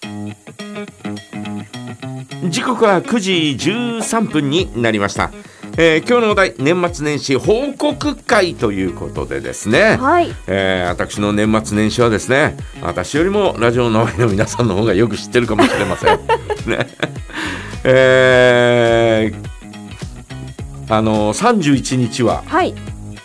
時刻は9時13分になりました。今日のお題、年末年始報告会ということでですね、 はい。 私の年末年始はですね、私よりもラジオの前の皆さんの方がよく知ってるかもしれません、ね31日は、 はい。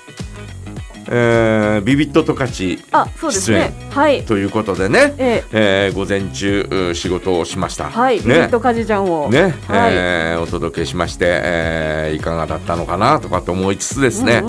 ビビット十勝そうです出演、 ね。はい。 ということでね、午前中仕事をしました。 はい。ビビットカジちゃんをね、 はい。 お届けしまして、いかがだったのかなとかと思いつつですね、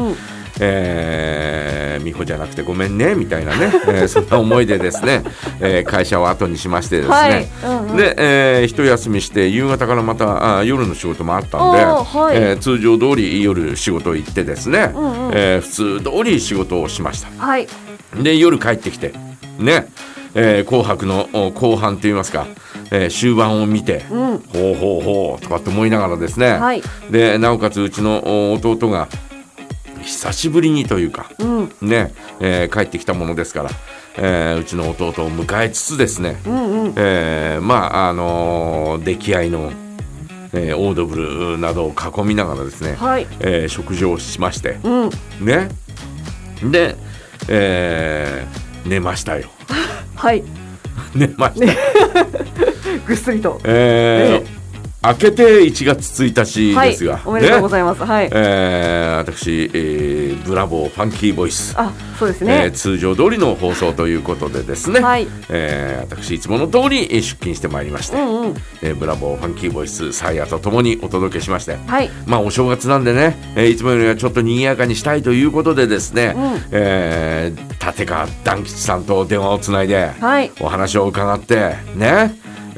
美穂じゃなくてごめんねみたいなね、そんな思いでですね、会社を後にしましてですね、で、一休みして夕方からまた夜の仕事もあったんで、 はい。 通常通り夜仕事行ってですね、普通通り仕事をしました。 はい。 で夜帰ってきてね、紅白の後半といいますか、終盤を見て、ほうほうほうとかって思いながらですね、 はい。 でなおかつうちの弟が久しぶりにというか、ね、帰ってきたものですから、うちの弟を迎えつつですね、出来合いの、オードブルなどを囲みながらですね、 はい。 食事をしまして、ね、で、寝ましたよ。 はい。 寝ました。 ぐっすりと。 明けて1月1日ですが、 はい、おめでとうございます。はい。 私、ブラボーファンキーボイス、 そうですね、 通常通りの放送ということでですね、 はい。 私いつもの通り出勤してまいりまして、ブラボーファンキーボイスサイヤとともにお届けしまして、 はい、 お正月なんでね、いつもよりはちょっと賑やかにしたいということでですね、立川談吉さんと電話をつないで、 はい、 お話を伺ってね、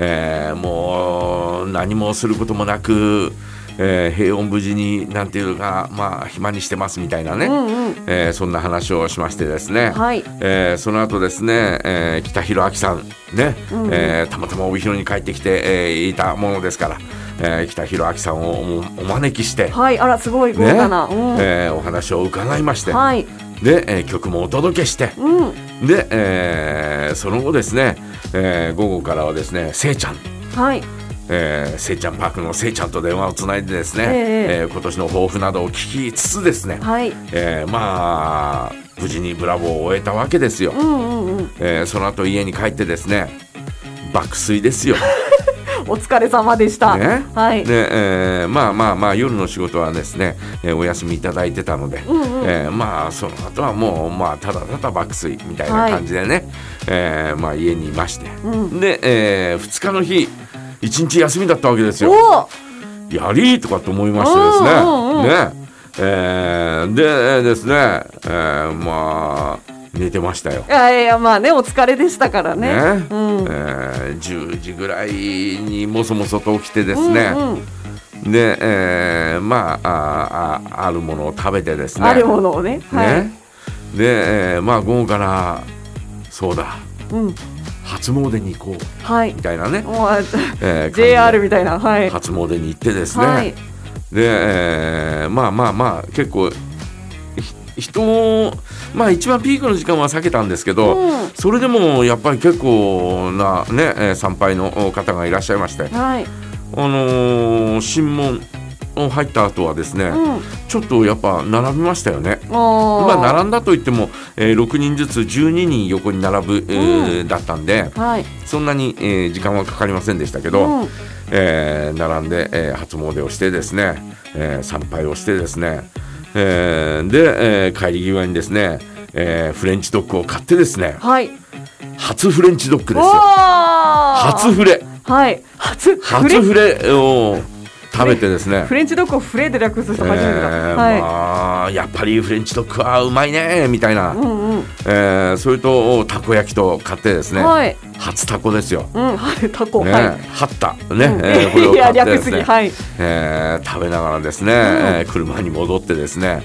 もう何もすることもなく、平穏無事になんていうか、暇にしてますみたいなね、そんな話をしましてですね、 はい、 その後ですね、北広明さんね、たまたま帯広に帰ってきて、いたものですから、北広明さんをお招きして、 はい、あらすごい豪華な、 お話を伺いまして、 はい、 で、曲もお届けして、で、その後ですね、午後からはですね、せいちゃん、 はい、 せいちゃんパークのせいちゃんと電話をつないでですね、今年の抱負などを聞きつつですね、 はい、 無事にブラボーを終えたわけですよ。その後家に帰ってですね、爆睡ですよ。 お疲れ様でした。 ね、 はい。 で、夜の仕事はですね、お休みいただいてたので、その後はもうただただ爆睡みたいな感じでね、家にいまして、で、2日の日1日休みだったわけですよ。やりーとかと思いましてですね、でですね、寝てましたよ。 いやお疲れでしたからね。 10時ぐらいにもそもそと起きてですね、で、あるものを食べてですね、 あるものをね、 で、午後からそうだ、初詣に行こう、みたいなね、 JR みたいな、 初詣に行ってですね、で、結構人も一番ピークの時間は避けたんですけど、それでもやっぱり結構なね、参拝の方がいらっしゃいまして、神門を入った後はですね、ちょっとやっぱ並びましたよね。並んだといっても、6人ずつ12人横に並ぶ、だったんで、そんなに、時間はかかりませんでしたけど、並んで、初詣をしてですね、参拝をしてですね、で、帰り際にですね、フレンチドッグを買ってですね、初フレンチドッグですよ。初フレ、初フレを食べてですね、 フレンチドッグをフレで略す人初めてだ。 やっぱりフレンチドッグはうまいねみたいな、それとたこ焼きと買ってですね、初タコですよ。 タコ、 はったね、これを買ってですね、食べながらですね、車に戻ってですね、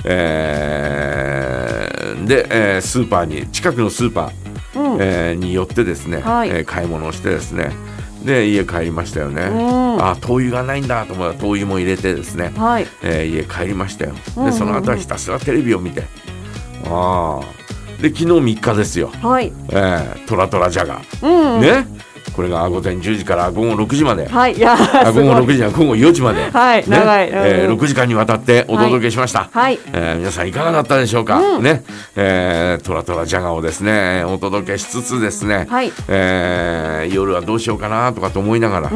で、スーパーに、近くのスーパー、に寄ってですね、買い物をしてですね、で家帰りましたよね。灯油がないんだと思ったら灯油も入れてですね、家帰りましたよ。でその後はひたすらテレビを見て、で昨日3日ですよ。トラトラジャガ、ね、 これが午前10時から午後6時まで、 はい、いや午後6時は午後4時まで、 はい、 ね、 長い、 6時間にわたってお届けしました、 はい、 皆さんいかがだったでしょうか、ね、トラトラジャガをですねお届けしつつですね、 はい、 夜はどうしようかなとかと思いながら、こ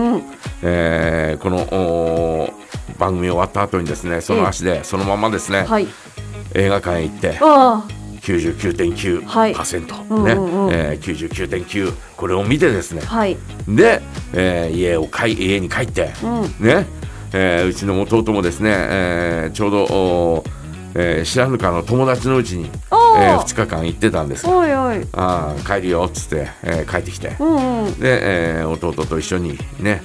の番組終わった後にですねその足でそのままですね、はい、映画館へ行って99.9%、ね、99.9 これを見てですね、はい、で、家に帰って、ね、うちの弟もですね、ちょうど知らぬかの友達のうちに、2日間行ってたんですが、帰るよっつって、帰ってきて、で、弟と一緒にね、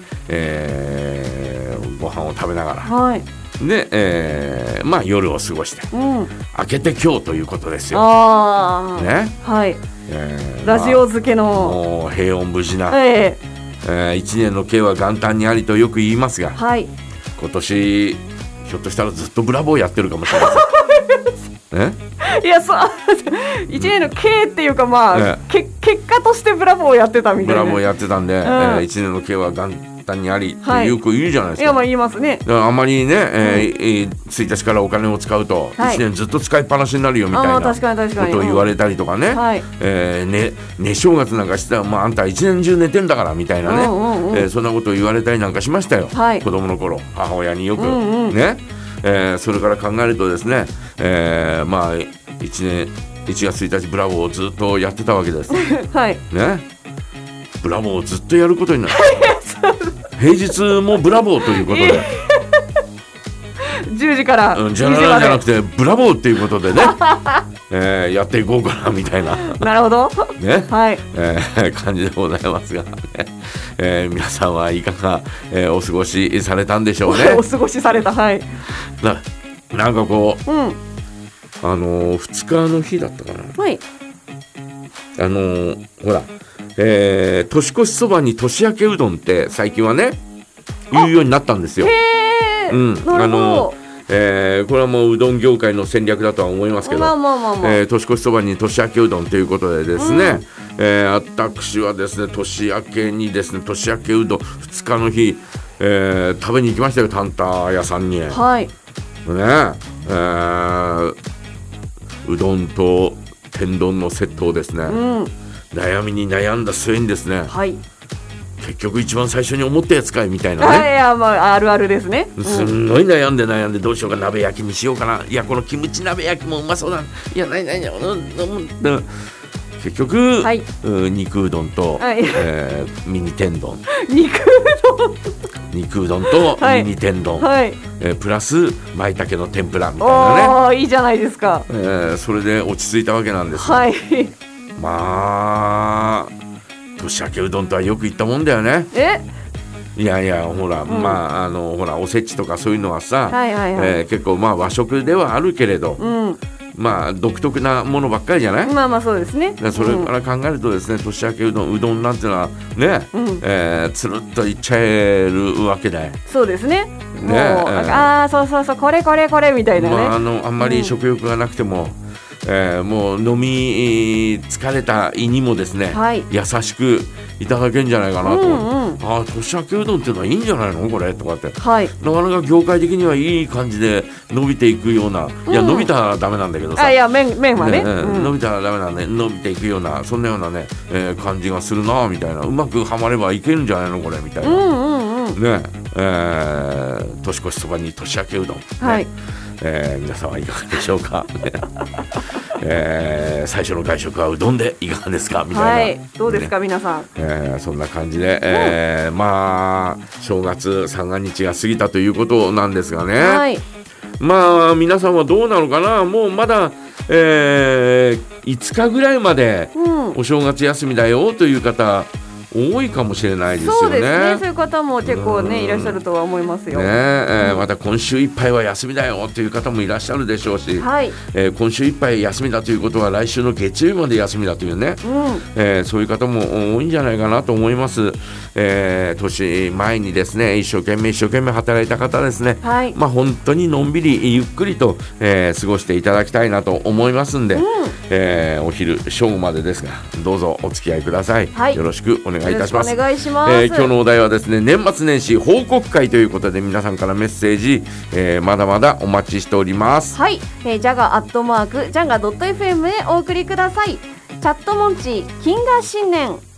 ご飯を食べながら、はい、で、まあ夜を過ごして、明けて今日ということですよ。ね、はい、 ラジオ漬けの、 もう平穏無事な、1年の計は元旦にありとよく言いますが、はい、今年ひょっとしたらずっとブラボーやってるかもしれません。 いや、そう1年の計っていうか、まあ、結果としてブラボーやってたみたいな。 ブラボーやってたんで、1年の計は元旦にありってよく言うじゃないですか。 いや、まあ言いますね。 だからあんまりね、1日からお金を使うと1年ずっと使いっぱなしになるよみたいなことを言われたりとかね、寝正月なんかしてたら、まあ、あんた1年中寝てんだからみたいなね、そんなことを言われたりなんかしましたよ、子供の頃母親によく、ね、それから考えるとですね、まあ1月1日ブラボーをずっとやってたわけです、はいね、ブラボーをずっとやることになる平日もブラボーということで 10時からじゃなくてブラボーっていうことでね、やっていこうかなみたいななるほど、 ね、はい、感じでございますがね、皆さんはいかが、お過ごしされたんでしょうね。 お過ごしされた、はい、 なんかこう、2日の日だったかな、はい、ほら、年越しそばに年明けうどんって最近はね言うようになったんですよ。これはもううどん業界の戦略だとは思いますけど、年越しそばに年明けうどんということでですね、私はですね年明けにですね年明けうどん2日の日、食べに行きましたよ、タンタ屋さんに、はいね、うどんと天丼のセットをですね、悩みに悩んだ末にですね、はい、結局一番最初に思ったやつかいみたいなね、 いや、まあ、あるあるですね、 すんごい悩んでどうしようか、鍋焼きにしようかな、いやこのキムチ鍋焼きもうまそうだ、いや結局、はい、肉うどんと、はい、ミニ天丼肉うどんとミニ天丼、はいプラス舞茸の天ぷらみたいなね、 いいじゃないですか、 それで落ち着いたわけなんです、はい、まあ年明けうどんとはよく言ったもんだよね。いやほら、まあほらおせちとかそういうのはさ、結構まあ和食ではあるけれど、まあ独特なものばっかりじゃない。 まあそうですね。 それから考えるとですね、年明けうどんなんていうのはね、つるっといっちゃえるわけだよ。 そうですね。そうこれみたいなね。 あんまり食欲がなくても、もう飲み疲れた胃にもですね、優しくいただけるんじゃないかなと思って、年明けうどんっていうのはいいんじゃないのこれとかって、なかなか業界的にはいい感じで伸びていくような、いや伸びたらダメなんだけどさ、 いや麺はね、 伸びたらダメなんで伸びていくような、そんなようなね、感じがするなみたいな、うまくはまればいけるんじゃないのこれみたいな、ね、年越しそばに年明けうどん、皆さんはいかがでしょうか最初の外食はうどんでいかがですかみたいな、 どうですか、皆さん、 そんな感じで、まあ正月三が日が過ぎたということなんですがね、まあ皆さんはどうなのかな、もうまだ、5日ぐらいまでお正月休みだよという方多いかもしれないですよね。 そうですね、そういう方も結構ね、いらっしゃるとは思いますよ、 また今週いっぱいは休みだよという方もいらっしゃるでしょうし、今週いっぱい休みだということは来週の月曜日まで休みだというね、そういう方も多いんじゃないかなと思います。年前にですね一生懸命働いた方ですね、まあ本当にのんびりゆっくりと、過ごしていただきたいなと思いますんで、お昼正午までですがどうぞお付き合いください、よろしくお願願いいたします。 お願いします。 今日のお題はですね、年末年始報告会ということで、皆さんからメッセージ、まだまだお待ちしております。 はい、jaga@jaga.fm へお送りください。チャットモンチー金河新年